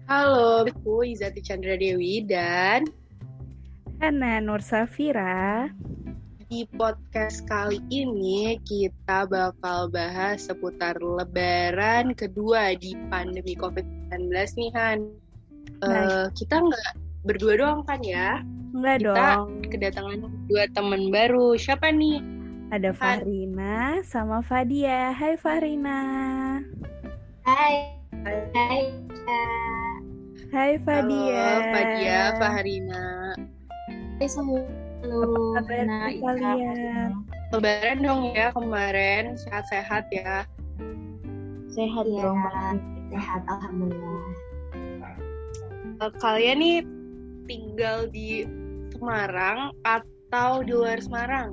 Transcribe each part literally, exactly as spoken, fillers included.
Halo, aku Izati Chandra Dewi dan Hana Nur Safira. di podcast kali ini kita bakal bahas seputar lebaran kedua di pandemi covid sembilan belas nih Han. Uh, kita nggak berdua doang kan ya? Enggak kita dong. Kedatangan dua teman baru. Siapa nih? Ada Fahrina sama Fadia. Hai Fahrina. Hai. Hai. Hai Fadia. Halo Fadia, Fahrina. Hai semua. Halo. Apa kabar kalian? Lebaran dong ya kemarin, sehat-sehat ya. Sehat ya. Dong, sehat alhamdulillah. Uh, kalian nih tinggal di Semarang atau di luar Semarang?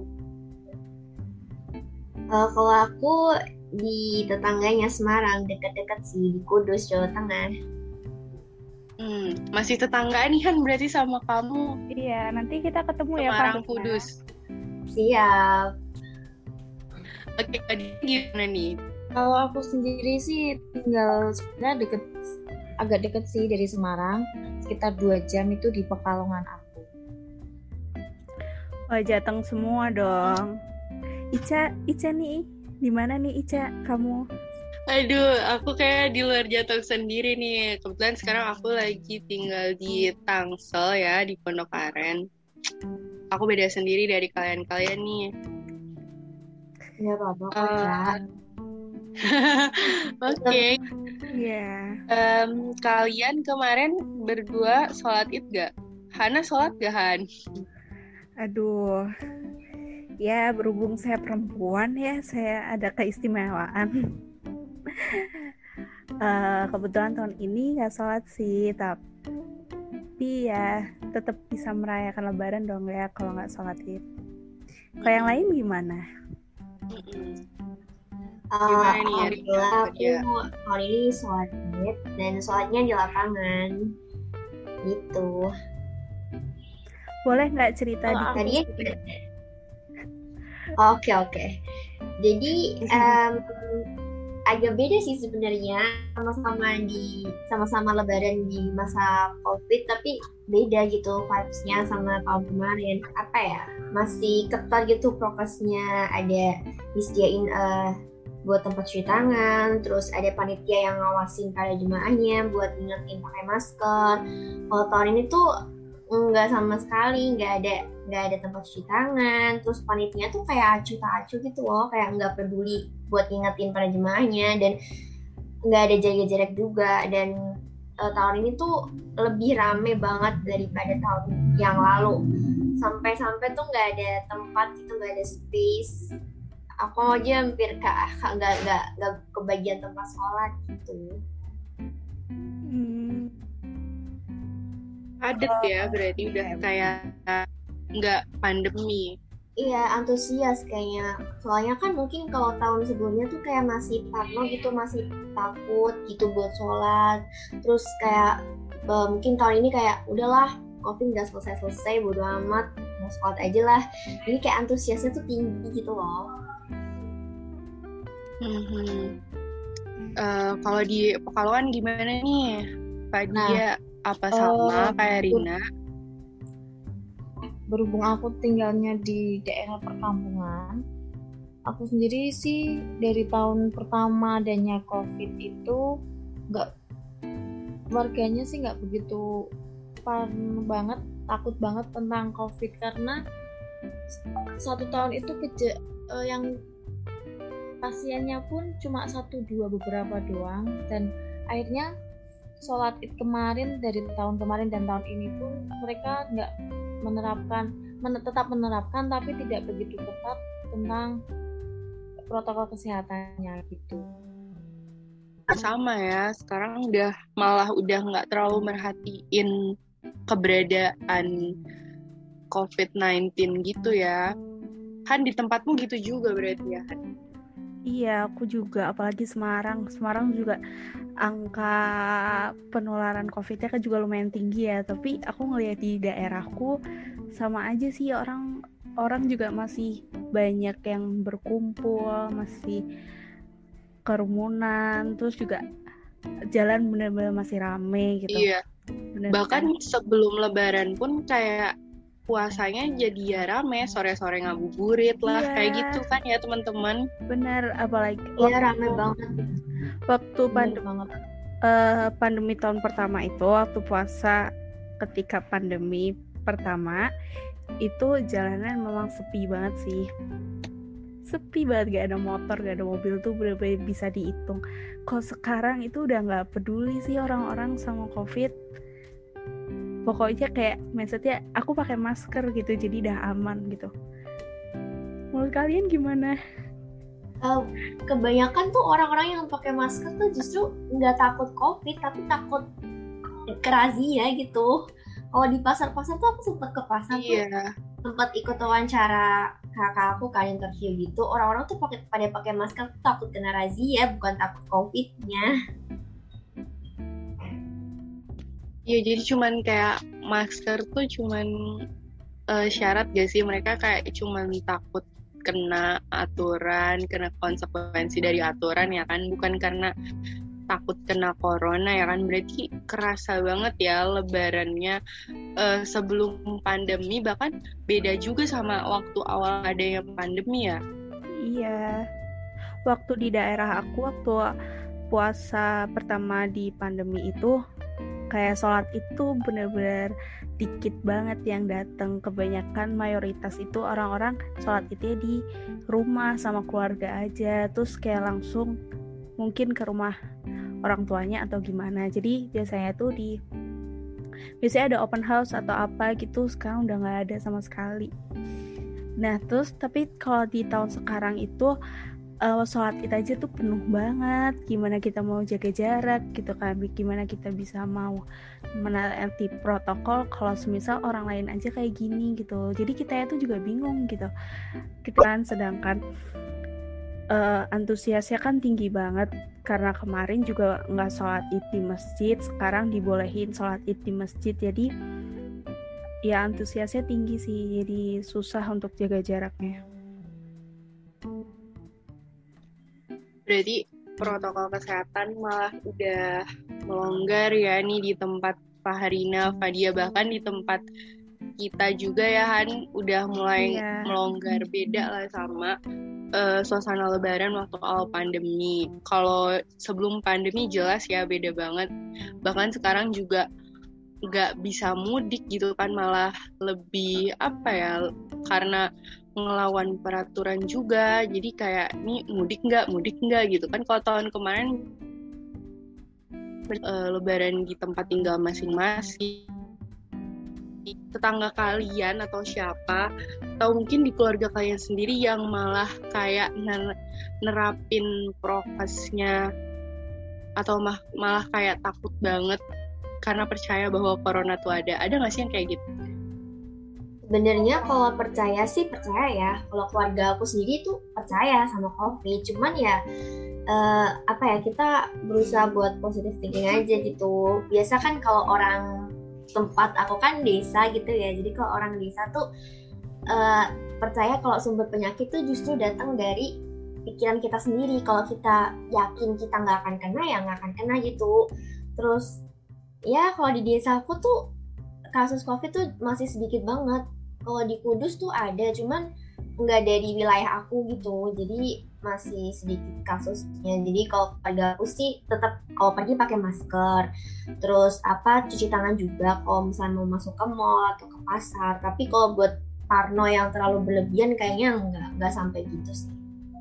Uh, kalau aku di tetangganya Semarang, dekat-dekat sih, di Kudus, Jawa Tengah. Hmm, masih tetanggaan nih kan berarti sama kamu. Iya, nanti kita ketemu ya Semarang Kudus. Siap. Oke, gimana nih? Kalau aku sendiri sih tinggal sebenarnya deket, agak deket sih dari Semarang, sekitar dua jam itu di Pekalongan aku. Oh, Jateng semua dong. Ica, Ica nih, di mana nih Ica? Kamu? Aduh, aku kayak di luar Jateng sendiri nih. Kebetulan sekarang aku lagi tinggal di Tangsel ya, di Pondok Aren. Aku beda sendiri dari kalian-kalian nih. Ya apa-apa kok ya. Oke. Iya. Kalian kemarin berdua sholat id gak? Hana sholat gak Han? Aduh. Ya, berhubung saya perempuan ya, saya ada keistimewaan. uh, kebetulan tahun ini nggak sholat sih, tapi ya tetap bisa merayakan Lebaran dong ya kalau nggak sholat id. Kalau yang lain gimana? Uh, gimana nih Alhamdulillah aku hari ini sholat id dan sholatnya di lapangan gitu. Boleh nggak cerita oh, dikit? Tadi Oke oke. Jadi um, agak beda sih sebenarnya, sama-sama di sama-sama Lebaran di masa COVID, tapi beda gitu vibes-nya sama tahun kemarin. Apa ya? Masih ketat gitu prokesnya, ada disediain uh, buat tempat cuci tangan, terus ada panitia yang ngawasin para jemaahnya buat ingetin pakai masker. Kalau tahun ini tuh nggak sama sekali, nggak ada nggak ada tempat cuci tangan, terus panitia tuh kayak acuh tak acuh gitu loh, kayak nggak peduli buat ngingetin para jemaahnya, dan nggak ada jaga jarak juga. Dan uh, tahun ini tuh lebih rame banget daripada tahun yang lalu, sampai-sampai tuh nggak ada tempat gitu, nggak ada space. Aku aja hampir kak nggak nggak nggak kebagian tempat sholat gitu. Hmm. Padet ya, berarti udah kayak nggak pandemi. Iya, antusias kayaknya. Soalnya kan mungkin kalau tahun sebelumnya tuh kayak masih parno gitu, masih takut gitu buat sholat. Terus kayak uh, mungkin tahun ini kayak udahlah, COVID nggak selesai-selesai, bodo amat, mau sholat aja lah. Jadi kayak antusiasnya tuh tinggi gitu loh. Hmm. Uh, kalau di Pekalongan gimana nih, Fadia? Nah, apa sama uh, kayak Rina? Berhubung aku tinggalnya di daerah perkampungan, aku sendiri sih dari tahun pertama adanya COVID itu nggak, warganya sih nggak begitu parno banget, takut banget tentang COVID, karena satu tahun itu keje, uh, yang pasiennya pun cuma satu dua beberapa doang, dan akhirnya sholat id kemarin dari tahun kemarin dan tahun ini pun mereka nggak menerapkan, men- tetap menerapkan tapi tidak begitu ketat tentang protokol kesehatannya gitu. Sama ya, sekarang udah malah udah nggak terlalu merhatiin keberadaan covid sembilan belas gitu ya. Han, di tempatmu gitu juga berarti ya? Iya, aku juga, apalagi Semarang. Semarang juga angka penularan COVID-nya kan juga lumayan tinggi ya. Tapi aku ngeliat di daerahku sama aja sih, orang orang juga masih banyak yang berkumpul, masih kerumunan, terus juga jalan bener-bener masih rame gitu. Iya. Bener Bahkan sebelum lebaran pun kayak puasanya jadi ya rame, sore-sore ngabuburit lah, Iya. kayak gitu kan ya teman-teman. Bener, apalagi Iya rame banget. waktu Bener pandemi, banget. uh, pandemi tahun pertama itu, waktu puasa ketika pandemi pertama itu jalanan memang sepi banget sih. Sepi banget, gak ada motor, gak ada mobil tuh bener-bener bisa dihitung. Kalau sekarang itu udah gak peduli sih orang-orang sama COVID. Pokoknya kayak maksudnya aku pakai masker gitu, jadi udah aman gitu. Menurut kalian gimana? Uh, kebanyakan tuh orang-orang yang pakai masker tuh justru nggak takut COVID tapi takut kerazia gitu. Kalau di pasar-pasar tuh aku sempet ke pasar Iya. tuh sempat ikut wawancara kakak aku kan interview gitu, orang-orang tuh pakai pada pakai masker tuh takut kena razia bukan takut COVID-nya. Iya, jadi cuman kayak masker tuh cuman uh, syarat gak sih, mereka kayak cuman takut kena aturan, kena konsekuensi dari aturan ya kan, bukan karena takut kena corona ya kan. Berarti kerasa banget ya lebarannya uh, sebelum pandemi, bahkan beda juga sama waktu awal adanya pandemi ya. Iya, waktu di daerah aku, waktu puasa pertama di pandemi itu kayak sholat itu bener-bener dikit banget yang datang. Kebanyakan mayoritas itu orang-orang sholat itu di rumah sama keluarga aja, terus kayak langsung mungkin ke rumah orang tuanya atau gimana. Jadi biasanya tuh di biasanya ada open house atau apa gitu, sekarang udah nggak ada sama sekali. Nah terus tapi kalau di tahun sekarang itu uh, sholat id aja tuh penuh banget. Gimana kita mau jaga jarak gitu kan, gimana kita bisa mau menaati protokol kalau semisal orang lain aja kayak gini gitu. Jadi kita itu juga bingung gitu. Kita kan sedangkan uh, antusiasnya kan tinggi banget karena kemarin juga nggak sholat id di masjid, sekarang dibolehin sholat id di masjid. Jadi ya antusiasnya tinggi sih, jadi susah untuk jaga jaraknya. Berarti protokol kesehatan malah udah melonggar ya nih di tempat Fahrina, Fadia, bahkan di tempat kita juga ya Han, udah mulai yeah. melonggar. Beda lah sama uh, suasana lebaran waktu awal pandemi. Kalau sebelum pandemi jelas ya beda banget, bahkan sekarang juga nggak bisa mudik gitu kan, malah lebih apa ya, karena ngelawan peraturan juga, jadi kayak nih mudik nggak mudik nggak gitu kan. Kalau tahun kemarin uh, lebaran di tempat tinggal masing-masing, tetangga kalian atau siapa, atau mungkin di keluarga kalian sendiri yang malah kayak nerapin prokesnya, atau mah, malah kayak takut banget karena percaya bahwa corona tuh ada. Ada nggak sih yang kayak gitu? Sebenarnya kalau percaya sih percaya ya. Kalau keluarga aku sendiri tuh percaya sama COVID. Cuman ya uh, apa ya, kita berusaha buat positive thinking aja gitu. Biasa kan kalau orang tempat aku kan desa gitu ya. Jadi kalau orang desa tuh uh, percaya kalau sumber penyakit tuh justru datang dari pikiran kita sendiri. Kalau kita yakin kita nggak akan kena ya nggak akan kena gitu. Terus ya kalau di desa aku tuh kasus COVID tuh masih sedikit banget. Kalau di Kudus tuh ada, cuman nggak dari wilayah aku gitu. Jadi masih sedikit kasusnya. Jadi kalau keluarga aku sih tetap kalau pergi pakai masker. Terus apa cuci tangan juga kalau misalnya mau masuk ke mall atau ke pasar. Tapi kalau buat parno yang terlalu berlebihan kayaknya nggak nggak sampai gitu sih.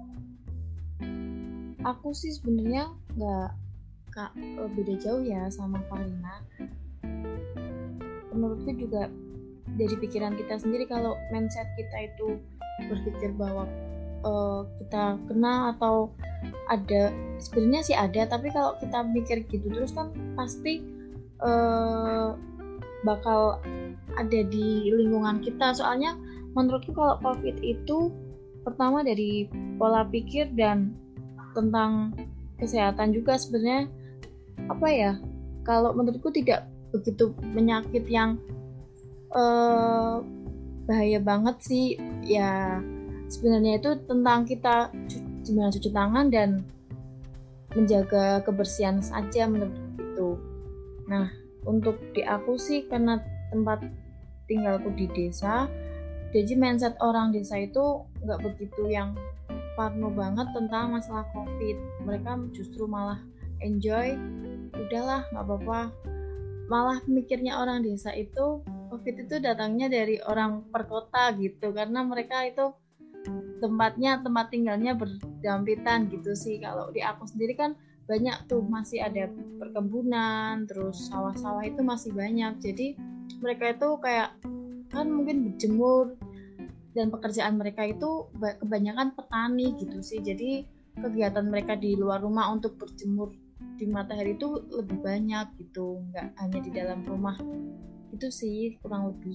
Aku sih sebenarnya nggak Kak, beda jauh ya sama Farina. Menurutku juga dari pikiran kita sendiri, kalau mindset kita itu berpikir bahwa uh, kita kena atau ada, sebenarnya sih ada, tapi kalau kita mikir gitu terus kan pasti uh, bakal ada di lingkungan kita. Soalnya menurutku kalau COVID itu pertama dari pola pikir dan tentang kesehatan juga sebenarnya. Apa ya, kalau menurutku tidak begitu penyakit yang uh, bahaya banget sih ya. Sebenarnya itu tentang kita gimana cuci tangan dan menjaga kebersihan saja menurut itu. Nah, untuk di aku sih karena tempat tinggalku di desa, jadi mindset orang desa itu nggak begitu yang parno banget tentang masalah COVID. Mereka justru malah enjoy, udahlah nggak apa-apa. Malah mikirnya orang desa itu COVID itu datangnya dari orang perkota gitu, karena mereka itu tempatnya tempat tinggalnya berdempetan gitu sih. Kalau di aku sendiri kan banyak tuh masih ada perkebunan, terus sawah-sawah itu masih banyak. Jadi mereka itu kayak kan mungkin berjemur dan pekerjaan mereka itu kebanyakan petani gitu sih. Jadi kegiatan mereka di luar rumah untuk berjemur di matahari itu lebih banyak gitu, nggak hanya di dalam rumah. Itu sih kurang lebih.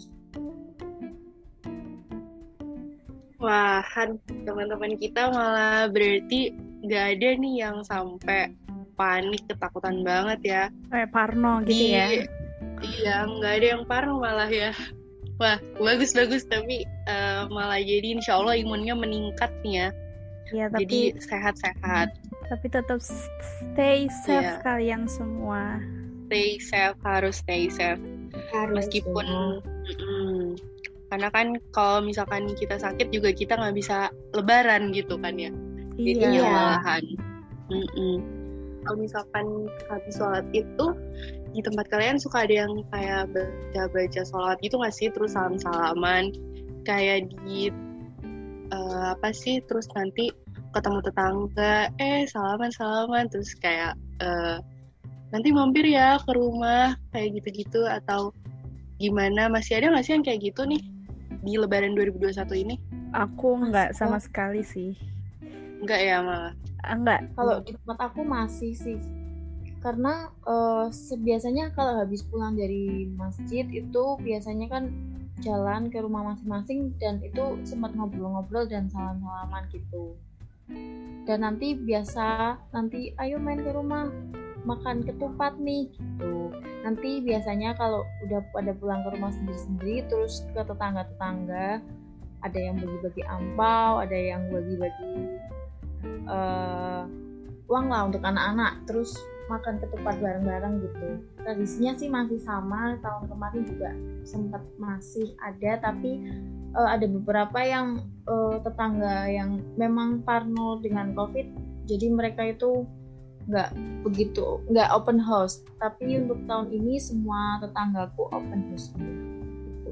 Wah, Han, teman-teman kita malah berarti nggak ada nih yang sampai panik, ketakutan banget ya. Kayak parno gitu Di- ya. Iya, nggak ada yang parno malah ya. Wah, bagus-bagus, tapi eh, malah jadi insya Allah imunnya meningkat nih ya. Iya, tapi Jadi sehat-sehat, tapi tetap stay safe Iya. kalian semua. stay safe, harus stay safe. Harus Meskipun, tuh. mm-mm. karena kan kalau misalkan kita sakit juga kita nggak bisa lebaran gitu kan ya. Jadinya Iya. Iya. malahan. Mm-mm. Kalau misalkan habis sholat itu di tempat kalian suka ada yang kayak baca-baca sholat gitu nggak sih? Terus salam-salaman kayak di eh, apa sih? Terus nanti ketemu tetangga, eh salaman-salaman, terus kayak eh, nanti mampir ya ke rumah kayak gitu-gitu atau gimana? Masih ada nggak sih yang kayak gitu nih di Lebaran dua ribu dua puluh satu ini? Aku nggak sama sekali sih. Enggak ya malah. Ah, Enggak. Kalau di tempat aku masih sih, karena eh, sebiasanya kalau habis pulang dari masjid itu biasanya kan jalan ke rumah masing-masing dan itu sempat ngobrol-ngobrol dan salam-salaman gitu. Dan nanti biasa nanti ayo main ke rumah makan ketupat nih gitu. Nanti biasanya kalau udah pada pulang ke rumah sendiri-sendiri terus ke tetangga-tetangga ada yang bagi-bagi ampau, ada yang bagi-bagi uh, uang lah untuk anak-anak, terus makan ketupat bareng-bareng gitu. Tradisinya sih masih sama, tahun kemarin juga sempat masih ada, tapi uh, ada beberapa yang uh, tetangga yang memang parno dengan COVID, jadi mereka itu nggak begitu, nggak open house. Tapi untuk tahun ini semua tetanggaku open house semua. Gitu.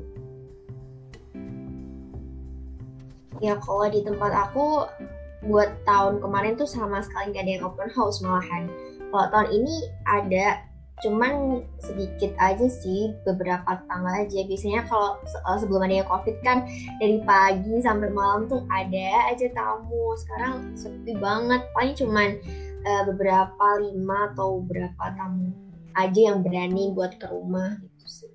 Ya kalau di tempat aku buat tahun kemarin tuh sama sekali nggak ada yang open house malahan. Kalau tahun ini ada, cuman sedikit aja sih, beberapa tetangga aja. Biasanya kalau se- sebelum adanya COVID kan dari pagi sampai malam tuh ada aja tamu. Sekarang sepi banget, paling cuman uh, beberapa lima atau beberapa tamu aja yang berani buat ke rumah gitu sih.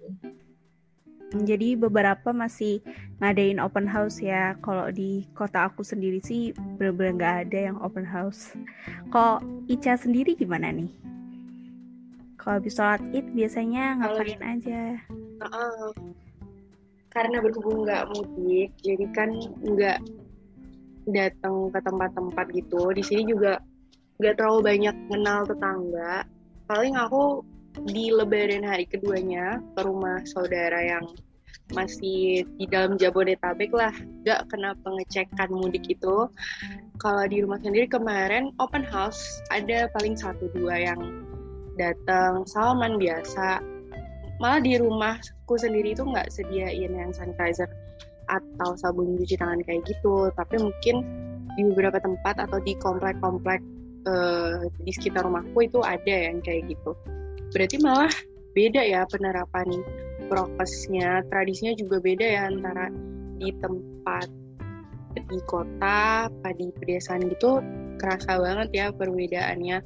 Jadi beberapa masih ngadain open house ya. Kalau di kota aku sendiri sih bener-bener nggak ada yang open house. Kalau Ica sendiri gimana nih? Kalau habis sholat Id biasanya Kalau ngapain aja? Uh-uh. Karena berhubung nggak mudik, jadi kan nggak datang ke tempat-tempat gitu. Di sini juga nggak terlalu banyak kenal tetangga. Paling aku di Lebaran hari keduanya ke rumah saudara yang masih di dalam Jabodetabek lah, nggak kena pengecekan mudik itu. Kalau di rumah sendiri kemarin open house, ada paling satu dua yang datang salaman biasa. Malah di rumahku sendiri itu nggak sediain yang sanitizer atau sabun cuci tangan kayak gitu, tapi mungkin di beberapa tempat atau di komplek-komplek uh, di sekitar rumahku itu ada yang kayak gitu. Berarti malah beda ya penerapan prokesnya, tradisinya juga beda ya antara di tempat di kota, apa di pedesaan gitu, kerasa banget ya perbedaannya.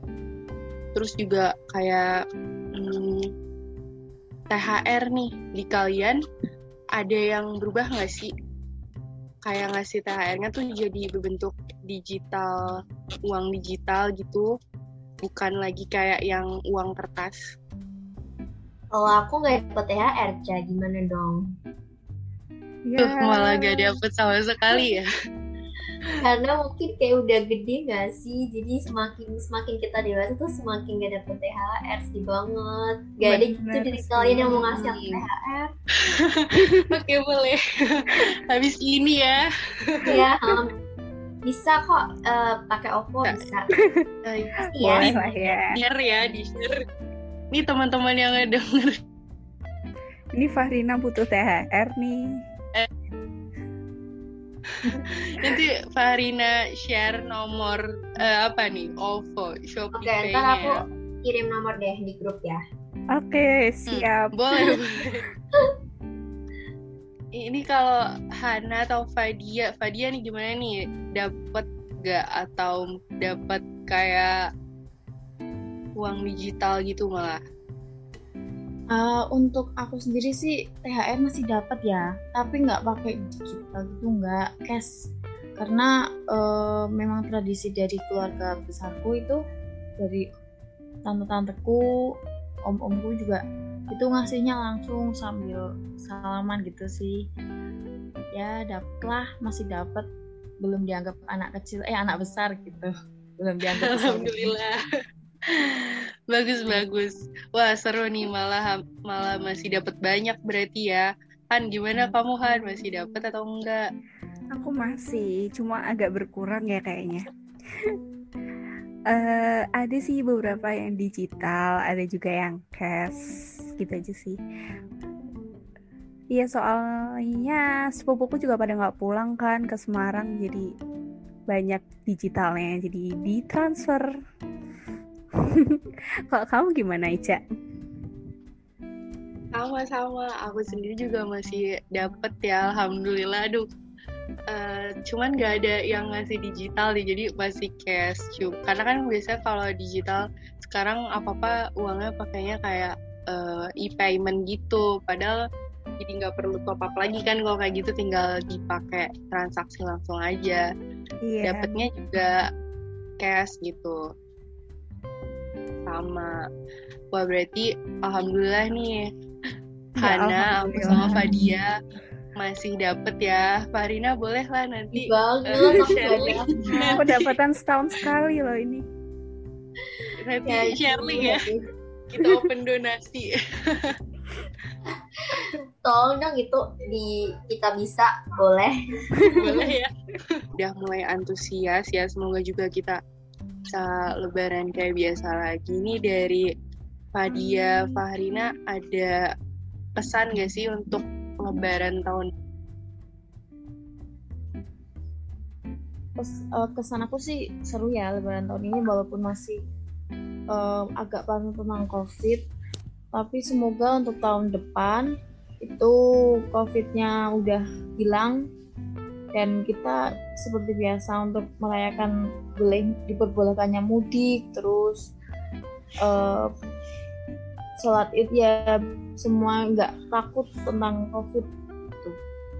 Terus juga kayak hmm, T H R nih, di kalian ada yang berubah nggak sih? Kayak ngasih T H R-nya tuh jadi berbentuk digital, uang digital gitu, bukan lagi kayak yang uang kertas. Kalau aku nggak dapet T H R, Ca, gimana dong? Ya. Tuh, malah gak dapet sama sekali ya. Karena mungkin kayak udah gede gak sih, jadi semakin semakin kita dewasa tuh semakin gak dapet T H R, sedih banget. Gak ada gitu Bener dari sih. kalian yang mau ngasih aku T H R. Oke, boleh. Habis ini ya. Ya, um, bisa kok eh, pakai OVO bisa. Eh, Pasti ya. Boleh lah ya. Share ya, di-share. Ini teman-teman yang ngedenger. Ini Fahrina butuh T H R nih. Nanti Farina share nomor eh, apa nih? OVO, Shopee Oke, Pay-nya. ntar aku kirim nomor deh di grup ya. Oke, siap. Boleh, boleh. Ini kalau Hana atau Fadia, Fadia nih gimana nih? Dapat gak atau dapat kayak uang digital gitu malah? Uh, untuk aku sendiri sih T H R masih dapat ya, tapi nggak pakai digital gitu, nggak cash. Karena uh, memang tradisi dari keluarga besarku itu, dari tante-tanteku, om-omku juga itu ngasihnya langsung sambil salaman gitu sih. Ya dapet lah, masih dapat, belum dianggap anak kecil, eh anak besar gitu, belum dianggap besar. Alhamdulillah. Bagus bagus. Wah seru nih, malah malah masih dapat banyak berarti ya. Han, gimana kamu Han, masih dapat atau enggak? Aku masih, cuma agak berkurang ya kayaknya. uh, ada sih beberapa yang digital, ada juga yang cash, gitu aja sih. Iya, soalnya sepupuku juga pada nggak pulang kan ke Semarang, jadi banyak digitalnya, jadi ditransfer. Kalau kamu gimana, Ica? Sama-sama, aku sendiri juga masih dapet ya, alhamdulillah. Aduh, uh, cuman gak ada yang ngasih digital nih, jadi masih cash. Karena kan biasanya kalau digital sekarang apa-apa uangnya pakainya kayak uh, e-payment gitu, padahal jadi nggak perlu top up lagi kan kalau kayak gitu, tinggal dipakai transaksi langsung aja. Iya. Dapatnya juga cash gitu. Sama. Wah berarti alhamdulillah nih Ya, Hana, aku sama Fadia masih dapet ya. Farina boleh lah nanti Bagus, uh, aku sharing. pendapatan setahun sekali loh ini. Nanti Ya, sharing ya. Kita open donasi. Tolong dong itu di kita bisa, boleh. Boleh ya. Udah mulai antusias ya, semoga juga kita bisa lebaran kayak biasa lagi. Nih dari Fadia, Fahrina, ada pesan gak sih untuk lebaran tahun? Pes, uh, kesan aku sih seru ya lebaran tahun ini, walaupun masih uh, agak panas tentang COVID, tapi semoga untuk tahun depan itu COVID-nya udah hilang dan kita seperti biasa untuk merayakan, boleh diperbolehkannya mudik, terus uh, sholat id ya, semua nggak takut tentang COVID gitu.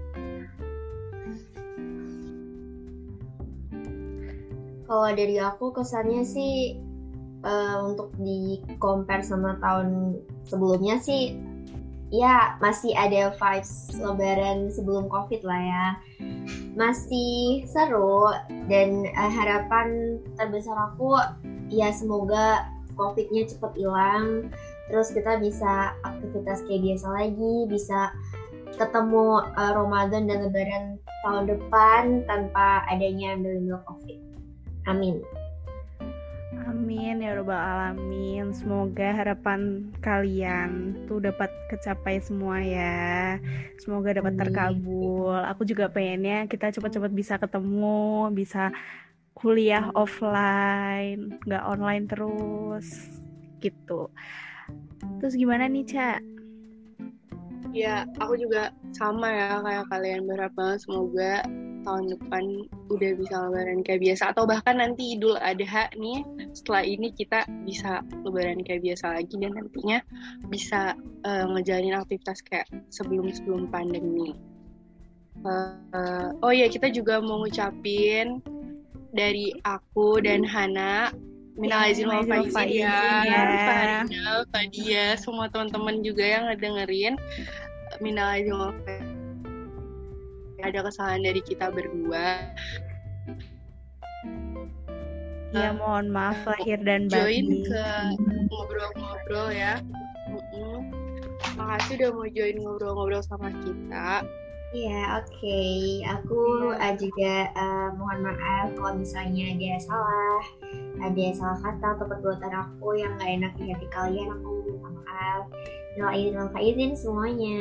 Kalau dari aku kesannya sih uh, untuk di compare sama tahun sebelumnya sih, ya masih ada vibes lebaran sebelum COVID lah ya. Masih seru dan uh, harapan terbesar aku ya semoga COVID-nya cepet hilang, terus kita bisa aktivitas kayak biasa lagi, bisa ketemu uh, Ramadan dan Lebaran tahun depan tanpa adanya embel-embel COVID. Amin. Amin ya robbal alamin. Semoga harapan kalian tuh dapat kecapai semua ya. Semoga dapat Amin. terkabul. Aku juga pengennya kita cepat-cepat bisa ketemu, bisa kuliah offline, nggak online terus gitu. Terus gimana nih, Ca? Ya, aku juga sama ya kayak kalian, berharap banget semoga tahun depan udah bisa lebaran kayak biasa, atau bahkan nanti Idul Adha nih setelah ini kita bisa lebaran kayak biasa lagi dan nantinya bisa uh, ngejalanin aktivitas kayak sebelum-sebelum pandemi. Uh, uh, oh ya, kita juga mau ngucapin dari aku dan Hana, minal aizin wal faizin ya, Farina, Fadia, semua teman-teman juga yang ngedengerin, minal aizin wal faizin, ada kesalahan dari kita berdua. Ya, mohon maaf lahir dan join batin. ke ngobrol-ngobrol ya. Mm-mm. Makasih udah mau join ngobrol-ngobrol sama kita. Iya, oke. Aku uh, juga uh, mohon maaf kalau misalnya ada salah, ada salah kata atau perbuatan aku yang nggak enak di hati kalian. Aku minta maaf. Minal aidin wal faizin semuanya.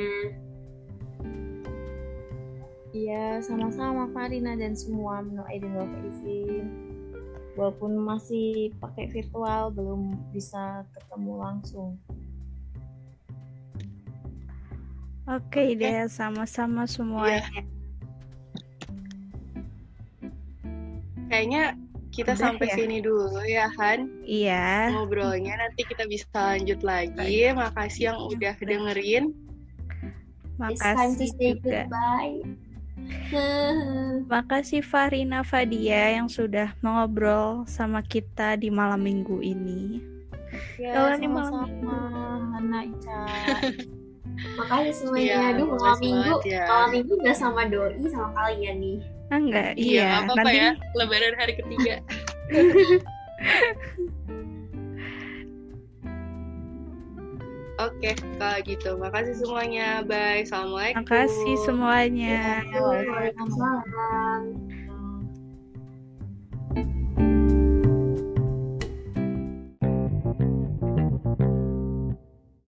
Iya, sama-sama Farina dan semua minal aidin wal faizin. Walaupun masih pakai virtual, belum bisa ketemu langsung. Oke deh, sama-sama semuanya. Kayaknya kita Udah sampai ya? sini dulu ya Han. Iya, Ngobrolnya nanti kita bisa lanjut lagi. Makasih yang udah dengerin. It's time to makasih say juga. goodbye. Makasih Farina Fadia yang sudah mengobrol sama kita di malam minggu ini. Ya, Kalau ini malam sama-sama Hana Ica. Makasih semuanya. Iya, Aduh, malam makasih minggu, banget ya. malam minggu udah sama doi sama kalian nih. Ah, enggak, Iya, iya. nggak apa-apa Nanti ya. Lebaran hari ketiga. Oke, kalau gitu. Makasih semuanya. Bye. Assalamualaikum. makasih semuanya. Waalaikumsalam.